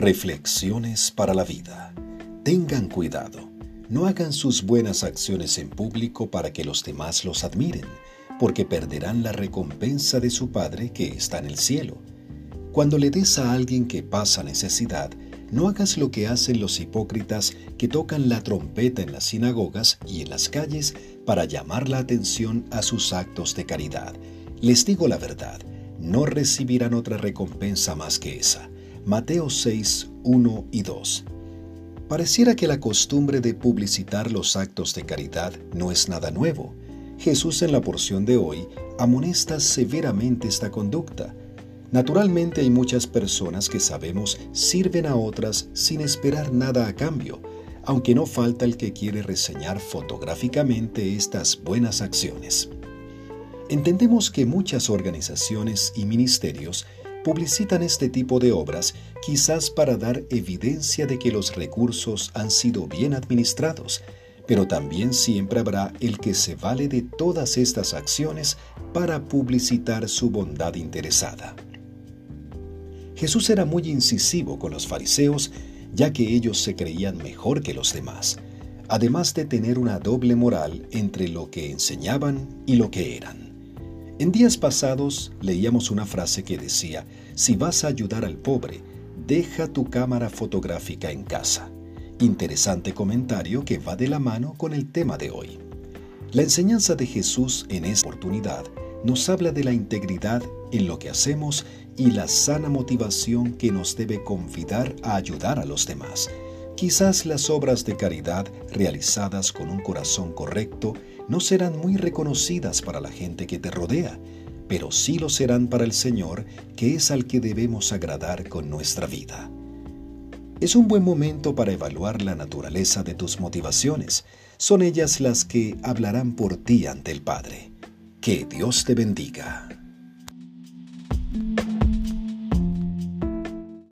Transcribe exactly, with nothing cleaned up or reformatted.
Reflexiones para la vida. Tengan cuidado. No hagan sus buenas acciones en público para que los demás los admiren, porque perderán la recompensa de su Padre que está en el cielo. Cuando le des a alguien que pasa necesidad, no hagas lo que hacen los hipócritas que tocan la trompeta en las sinagogas y en las calles para llamar la atención a sus actos de caridad. Les digo la verdad, no recibirán otra recompensa más que esa. Mateo seis, uno y dos. Pareciera que la costumbre de publicitar los actos de caridad no es nada nuevo. Jesús en la porción de hoy amonesta severamente esta conducta. Naturalmente hay muchas personas que sabemos sirven a otras sin esperar nada a cambio, aunque no falta el que quiere reseñar fotográficamente estas buenas acciones. Entendemos que muchas organizaciones y ministerios publicitan este tipo de obras quizás para dar evidencia de que los recursos han sido bien administrados, pero también siempre habrá el que se vale de todas estas acciones para publicitar su bondad interesada. Jesús era muy incisivo con los fariseos, ya que ellos se creían mejor que los demás, además de tener una doble moral entre lo que enseñaban y lo que eran. En días pasados leíamos una frase que decía: si vas a ayudar al pobre, deja tu cámara fotográfica en casa. Interesante comentario que va de la mano con el tema de hoy. La enseñanza de Jesús en esta oportunidad nos habla de la integridad en lo que hacemos y la sana motivación que nos debe convidar a ayudar a los demás. Quizás las obras de caridad realizadas con un corazón correcto no serán muy reconocidas para la gente que te rodea, pero sí lo serán para el Señor, que es al que debemos agradar con nuestra vida. Es un buen momento para evaluar la naturaleza de tus motivaciones. Son ellas las que hablarán por ti ante el Padre. Que Dios te bendiga.